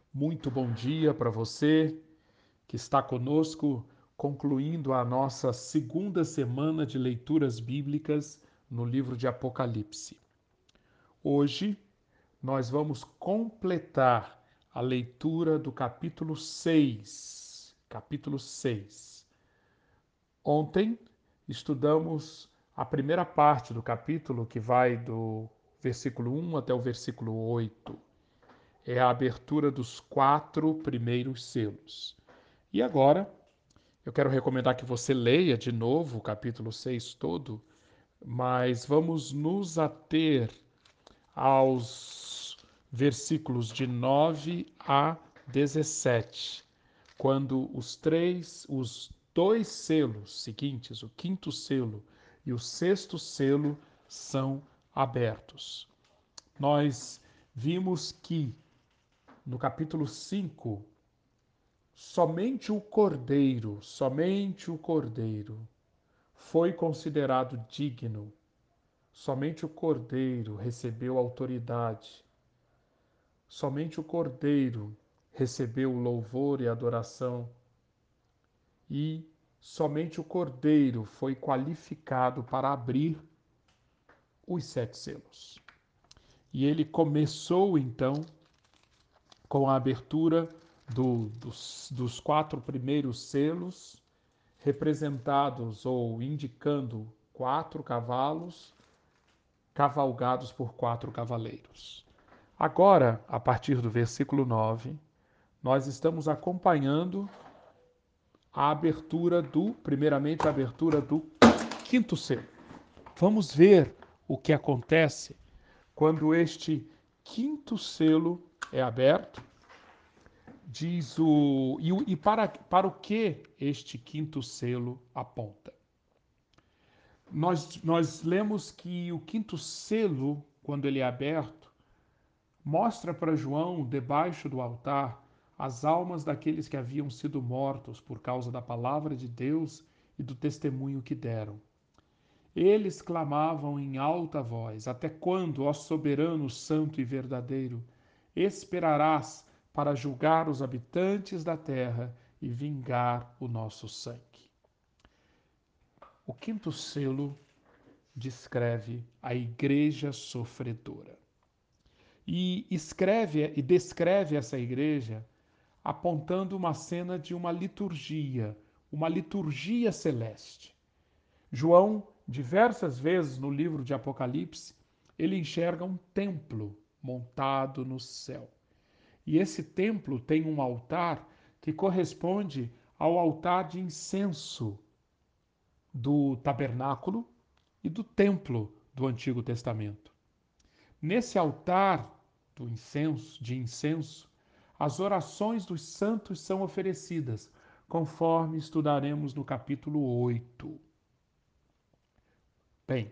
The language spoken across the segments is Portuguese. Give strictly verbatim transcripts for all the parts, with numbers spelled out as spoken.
Muito bom dia para você que está conosco, concluindo a nossa segunda semana de leituras bíblicas no livro de Apocalipse. Hoje nós vamos completar a leitura do capítulo seis. Capítulo seis. Ontem estudamos a primeira parte do capítulo, que vai do versículo um até o versículo oito. É a abertura dos quatro primeiros selos. E agora, eu quero recomendar que você leia de novo o capítulo seis todo, mas vamos nos ater aos versículos de nove a dezessete, quando os três, os dois selos seguintes, o quinto selo e o sexto selo, são abertos. Nós vimos que no capítulo cinco, somente o Cordeiro, somente o Cordeiro foi considerado digno, somente o Cordeiro recebeu autoridade, somente o Cordeiro recebeu louvor e adoração, e somente o Cordeiro foi qualificado para abrir os sete selos. E ele começou então com a abertura do, dos, dos quatro primeiros selos, representados ou indicando quatro cavalos cavalgados por quatro cavaleiros. Agora, a partir do versículo nove, nós estamos acompanhando a abertura do, primeiramente a abertura do quinto selo. Vamos ver o que acontece quando este quinto selo é aberto. Diz o e, e para, para o que este quinto selo aponta? Nós, nós lemos que o quinto selo, quando ele é aberto, mostra para João, debaixo do altar, as almas daqueles que haviam sido mortos por causa da palavra de Deus e do testemunho que deram. Eles clamavam em alta voz: Até quando, ó soberano, santo e verdadeiro, esperarás para julgar os habitantes da terra e vingar o nosso sangue? O quinto selo descreve a igreja sofredora. E escreve e descreve essa igreja apontando uma cena de uma liturgia, uma liturgia celeste. João, diversas vezes no livro de Apocalipse, ele enxerga um templo montado no céu. E esse templo tem um altar que corresponde ao altar de incenso do tabernáculo e do templo do Antigo Testamento. Nesse altar do incenso, de incenso, as orações dos santos são oferecidas, conforme estudaremos no capítulo oito. Bem,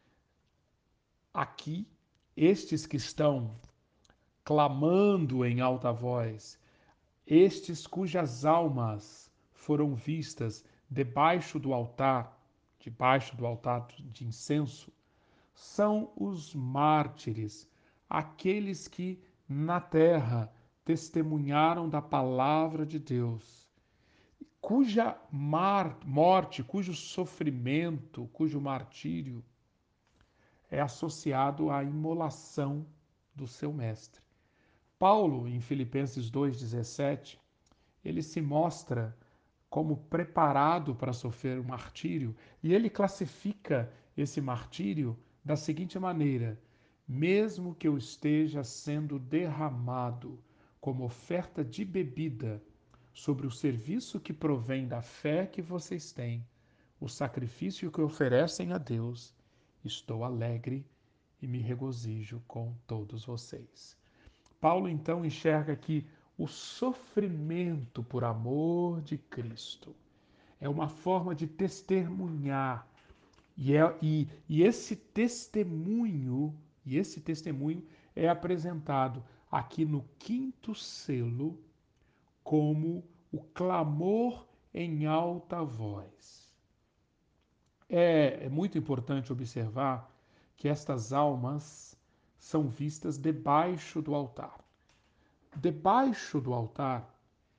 aqui, estes que estão clamando em alta voz, estes cujas almas foram vistas debaixo do altar, debaixo do altar de incenso, são os mártires, aqueles que na terra testemunharam da palavra de Deus, cuja mar, morte, cujo sofrimento, cujo martírio é associado à imolação do seu mestre. Paulo, em Filipenses dois, dezessete, ele se mostra como preparado para sofrer o martírio e ele classifica esse martírio da seguinte maneira: mesmo que eu esteja sendo derramado como oferta de bebida sobre o serviço que provém da fé que vocês têm, o sacrifício que oferecem a Deus, estou alegre e me regozijo com todos vocês. Paulo então enxerga que o sofrimento por amor de Cristo é uma forma de testemunhar e, é, e, e esse testemunho e esse testemunho é apresentado aqui no quinto selo como o clamor em alta voz. É, é muito importante observar que estas almas são vistas debaixo do altar. Debaixo do altar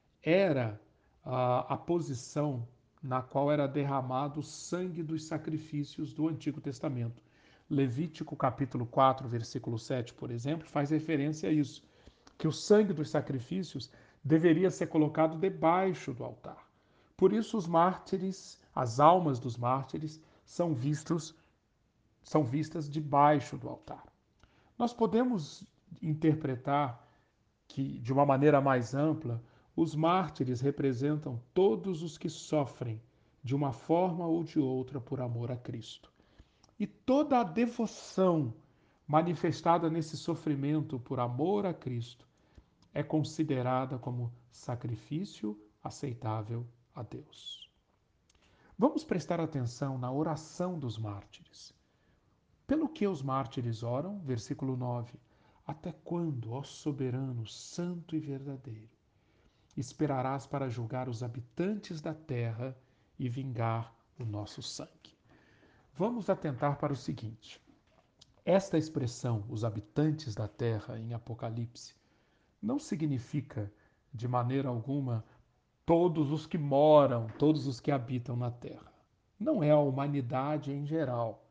era a, a posição na qual era derramado o sangue dos sacrifícios do Antigo Testamento. Levítico capítulo quatro, versículo sete, por exemplo, faz referência a isso, que o sangue dos sacrifícios deveria ser colocado debaixo do altar. Por isso os mártires, as almas dos mártires, são vistos, são vistas debaixo do altar. Nós podemos interpretar que, de uma maneira mais ampla, os mártires representam todos os que sofrem, de uma forma ou de outra, por amor a Cristo. E toda a devoção manifestada nesse sofrimento por amor a Cristo é considerada como sacrifício aceitável a Deus. Vamos prestar atenção na oração dos mártires. Pelo que os mártires oram? Versículo nove. Até quando, ó soberano, santo e verdadeiro, esperarás para julgar os habitantes da terra e vingar o nosso sangue? Vamos atentar para o seguinte. Esta expressão, os habitantes da terra, em Apocalipse, não significa, de maneira alguma, todos os que moram, todos os que habitam na terra. Não é a humanidade em geral,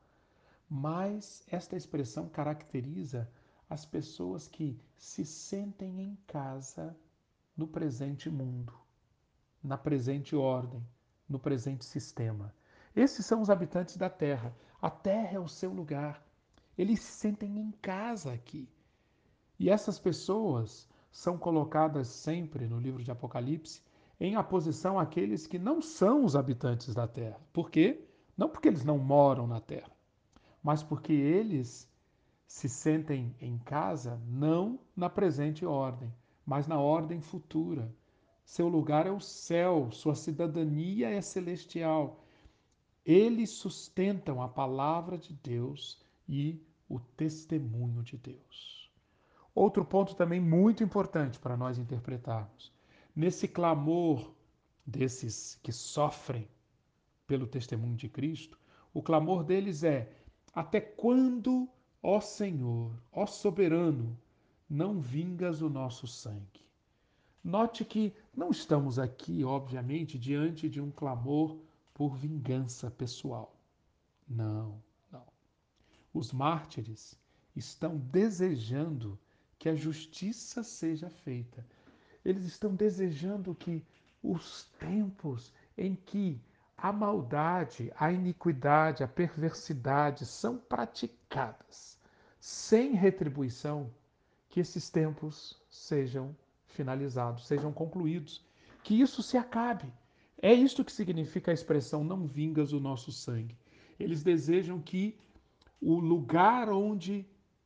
mas esta expressão caracteriza as pessoas que se sentem em casa no presente mundo, na presente ordem, no presente sistema. Esses são os habitantes da terra. A terra é o seu lugar. Eles se sentem em casa aqui. E essas pessoas são colocadas sempre no livro de Apocalipse em oposição àqueles que não são os habitantes da terra. Por quê? Não porque eles não moram na terra, mas porque eles se sentem em casa não na presente ordem, mas na ordem futura. Seu lugar é o céu, sua cidadania é celestial. Eles sustentam a palavra de Deus e o testemunho de Deus. Outro ponto também muito importante para nós interpretarmos. Nesse clamor desses que sofrem pelo testemunho de Cristo, o clamor deles é: até quando, ó Senhor, ó soberano, não vingas o nosso sangue? Note que não estamos aqui, obviamente, diante de um clamor por vingança pessoal. Não, não. Os mártires estão desejando que a justiça seja feita. Eles estão desejando que os tempos em que a maldade, a iniquidade, a perversidade são praticadas sem retribuição, que esses tempos sejam finalizados, sejam concluídos, que isso se acabe. É isto que significa a expressão não vingas o nosso sangue. Eles desejam que o lugar onde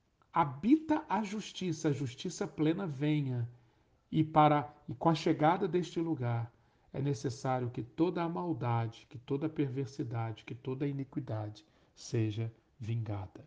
habita a justiça, a justiça plena venha. E, para, e com a chegada deste lugar, é necessário que toda a maldade, que toda a perversidade, que toda a iniquidade seja vingada.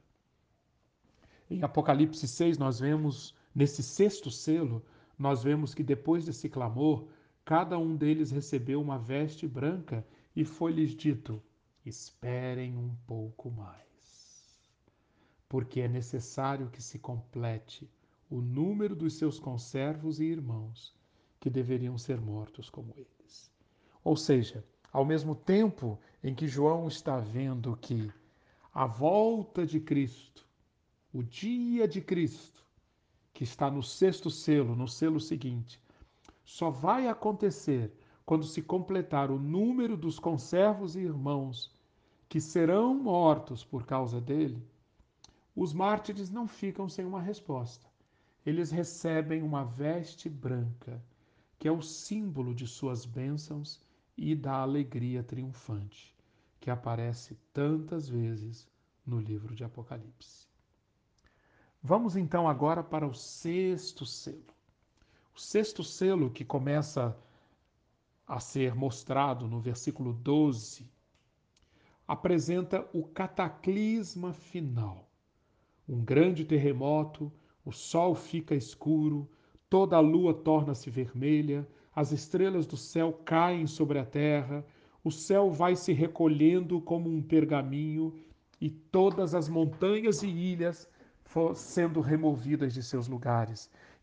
Em Apocalipse seis, nós vemos, nesse sexto selo, nós vemos que depois desse clamor, cada um deles recebeu uma veste branca e foi-lhes dito: esperem um pouco mais, porque é necessário que se complete o número dos seus conservos e irmãos, que deveriam ser mortos como eles. Ou seja, ao mesmo tempo em que João está vendo que a volta de Cristo, o dia de Cristo, que está no sexto selo, no selo seguinte, só vai acontecer quando se completar o número dos conservos e irmãos que serão mortos por causa dele. Os mártires não ficam sem uma resposta. Eles recebem uma veste branca, que é o símbolo de suas bênçãos e da alegria triunfante, que aparece tantas vezes no livro de Apocalipse. Vamos então agora para o sexto selo. O sexto selo, que começa a ser mostrado no versículo doze, apresenta o cataclisma final. Um grande terremoto, o sol fica escuro, toda a lua torna-se vermelha, as estrelas do céu caem sobre a terra, o céu vai se recolhendo como um pergaminho e todas as montanhas e ilhas sendo removidas de seus lugares.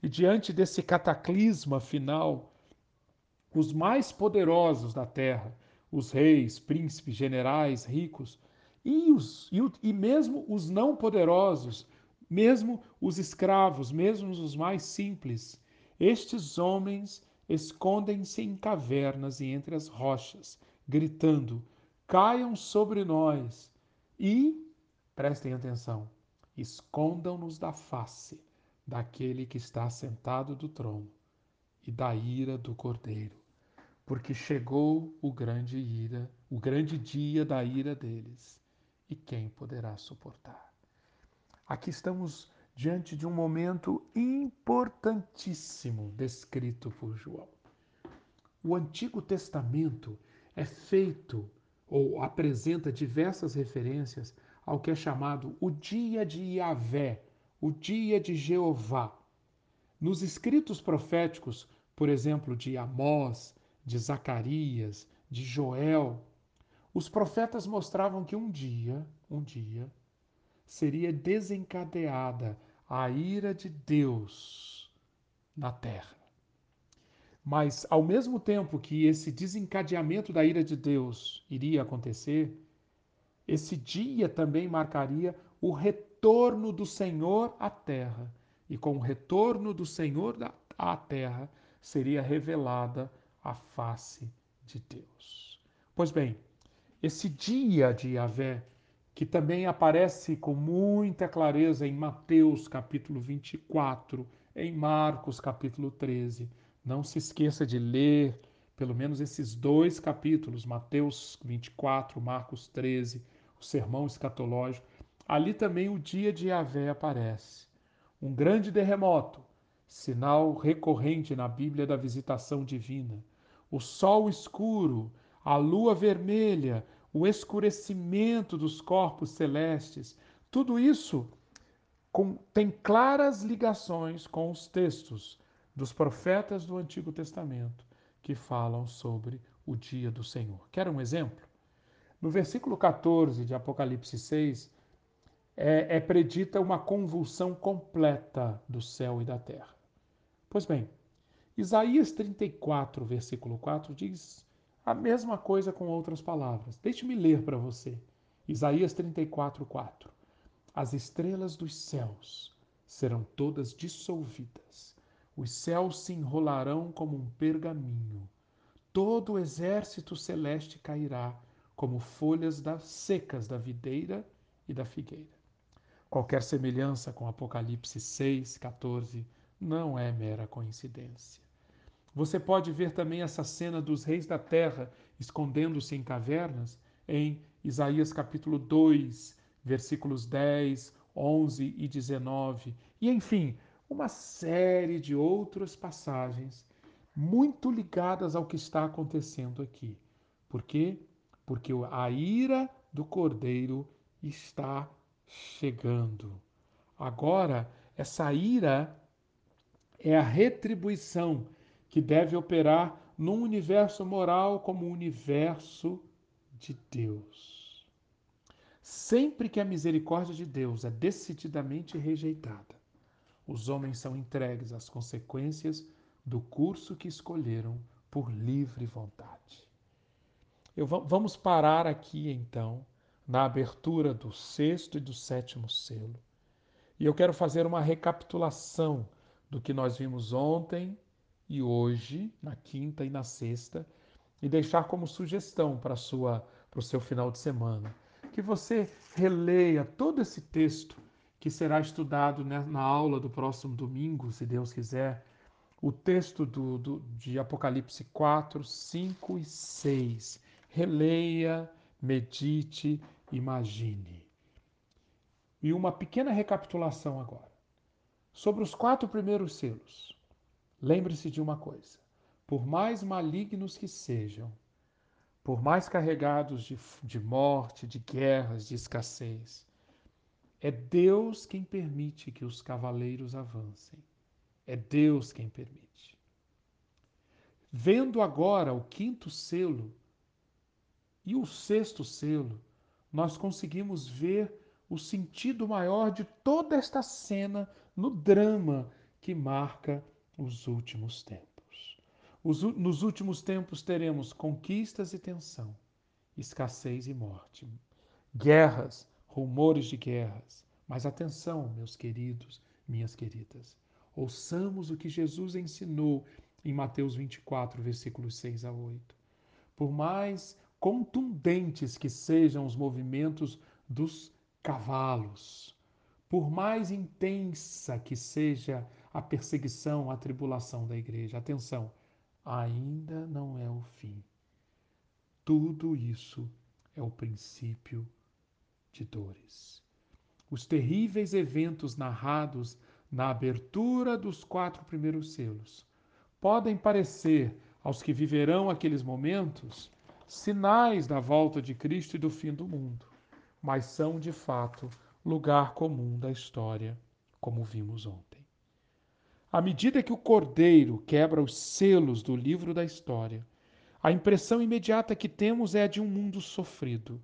E diante desse cataclisma final, os mais poderosos da terra, os reis, príncipes, generais, ricos, e, os, e, o, e mesmo os não poderosos, mesmo os escravos, mesmo os mais simples, estes homens escondem-se em cavernas e entre as rochas, gritando: caiam sobre nós e, prestem atenção, escondam-nos da face daquele que está sentado do trono e da ira do Cordeiro, porque chegou o grande ira, o grande dia da ira deles, e quem poderá suportar? Aqui estamos diante de um momento importantíssimo descrito por João. O Antigo Testamento é feito ou apresenta diversas referências ao que é chamado o dia de Yahvé, o dia de Jeová. Nos escritos proféticos, por exemplo, de Amós, de Zacarias, de Joel, os profetas mostravam que um dia, um dia, seria desencadeada a ira de Deus na terra. Mas, ao mesmo tempo que esse desencadeamento da ira de Deus iria acontecer, esse dia também marcaria o retorno do Senhor à terra. E com o retorno do Senhor à terra, seria revelada a face de Deus. Pois bem, esse dia de Yahvé, que também aparece com muita clareza em Mateus capítulo vinte e quatro, em Marcos capítulo treze. Não se esqueça de ler pelo menos esses dois capítulos, Mateus vinte e quatro, Marcos treze, o sermão escatológico. Ali também o dia de Yahvé aparece. Um grande terremoto, sinal recorrente na Bíblia da visitação divina. O sol escuro, a lua vermelha, o escurecimento dos corpos celestes, tudo isso com, tem claras ligações com os textos dos profetas do Antigo Testamento que falam sobre o dia do Senhor. Quer um exemplo? No versículo catorze de Apocalipse seis, é, é predita uma convulsão completa do céu e da terra. Pois bem, Isaías trinta e quatro, versículo quatro, diz a mesma coisa com outras palavras. Deixe-me ler para você. Isaías trinta e quatro, quatro. As estrelas dos céus serão todas dissolvidas. Os céus se enrolarão como um pergaminho. Todo o exército celeste cairá como folhas das secas da videira e da figueira. Qualquer semelhança com Apocalipse seis, catorze não é mera coincidência. Você pode ver também essa cena dos reis da terra escondendo-se em cavernas em Isaías capítulo dois, versículos dez, onze e dezenove. E, enfim, uma série de outras passagens muito ligadas ao que está acontecendo aqui. Por quê? Porque a ira do Cordeiro está chegando. Agora, essa ira é a retribuição que deve operar num universo moral como o universo de Deus. Sempre que a misericórdia de Deus é decididamente rejeitada, os homens são entregues às consequências do curso que escolheram por livre vontade. Eu, vamos parar aqui, então, na abertura do sexto e do sétimo selo. E eu quero fazer uma recapitulação do que nós vimos ontem e hoje, na quinta e na sexta, e deixar como sugestão para, sua, para o seu final de semana, que você releia todo esse texto que será estudado na aula do próximo domingo, se Deus quiser, o texto do, do, de Apocalipse quatro, cinco e seis. Releia, medite, imagine. E uma pequena recapitulação agora. Sobre os quatro primeiros selos, lembre-se de uma coisa: por mais malignos que sejam, por mais carregados de, de morte, de guerras, de escassez, é Deus quem permite que os cavaleiros avancem. É Deus quem permite. Vendo agora o quinto selo e o sexto selo, nós conseguimos ver o sentido maior de toda esta cena no drama que marca os últimos tempos. Os, nos últimos tempos teremos conquistas e tensão, escassez e morte, guerras, rumores de guerras. Mas atenção, meus queridos, minhas queridas. Ouçamos o que Jesus ensinou em Mateus vinte e quatro, versículos seis a oito. Por mais contundentes que sejam os movimentos dos cavalos, por mais intensa que seja a perseguição, a tribulação da igreja, atenção, ainda não é o fim. Tudo isso é o princípio de dores. Os terríveis eventos narrados na abertura dos quatro primeiros selos podem parecer, aos que viverão aqueles momentos, sinais da volta de Cristo e do fim do mundo, mas são, de fato, lugar comum da história, como vimos ontem. À medida que o Cordeiro quebra os selos do livro da história, a impressão imediata que temos é a de um mundo sofrido.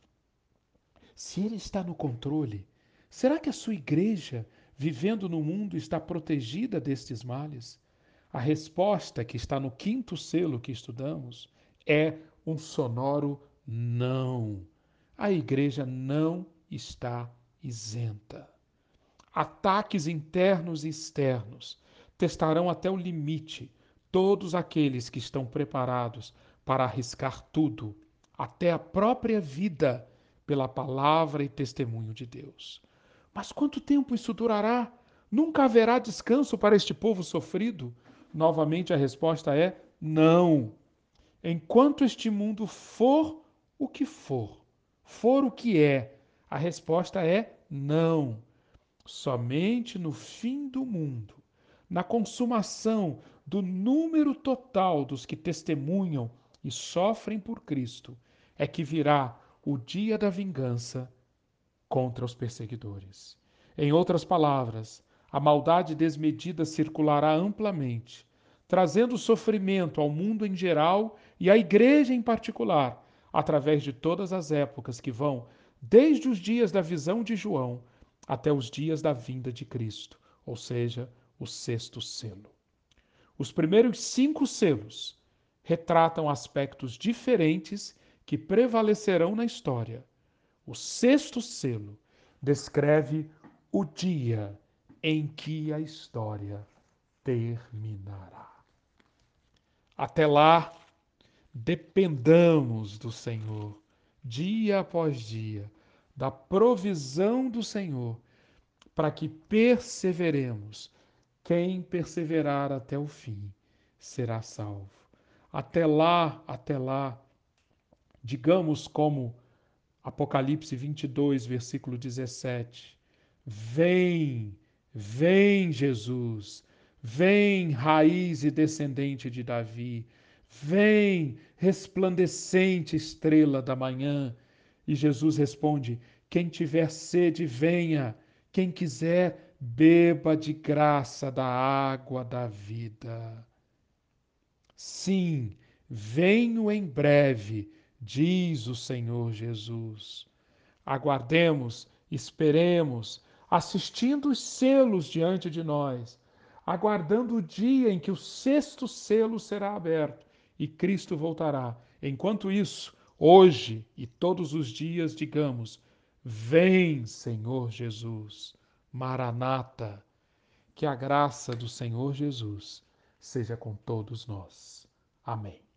Se ele está no controle, será que a sua igreja, vivendo no mundo, está protegida destes males? A resposta, que está no quinto selo que estudamos, é um sonoro não. A igreja não está isenta. Ataques internos e externos testarão até o limite todos aqueles que estão preparados para arriscar tudo, até a própria vida, pela palavra e testemunho de Deus. Mas quanto tempo isso durará? Nunca haverá descanso para este povo sofrido? Novamente a resposta é não. Enquanto este mundo for o que for, for o que é, a resposta é não. Somente no fim do mundo, na consumação do número total dos que testemunham e sofrem por Cristo, é que virá o dia da vingança contra os perseguidores. Em outras palavras, a maldade desmedida circulará amplamente, trazendo sofrimento ao mundo em geral e à igreja em particular, através de todas as épocas que vão desde os dias da visão de João até os dias da vinda de Cristo, ou seja, o sexto selo. Os primeiros cinco selos retratam aspectos diferentes que prevalecerão na história. O sexto selo descreve o dia em que a história terminará. Até lá, dependamos do Senhor, dia após dia, da provisão do Senhor, para que perseveremos. Quem perseverar até o fim será salvo. Até lá, até lá, digamos como Apocalipse vinte e dois, versículo dezessete. Vem, vem Jesus, vem raiz e descendente de Davi, vem resplandecente estrela da manhã. E Jesus responde: quem tiver sede, venha, quem quiser, beba de graça da água da vida. Sim, venho em breve, diz o Senhor Jesus. Aguardemos, esperemos, assistindo os selos diante de nós, aguardando o dia em que o sexto selo será aberto e Cristo voltará. Enquanto isso, hoje e todos os dias, digamos: vem, Senhor Jesus, Maranata. Que a graça do Senhor Jesus seja com todos nós. Amém.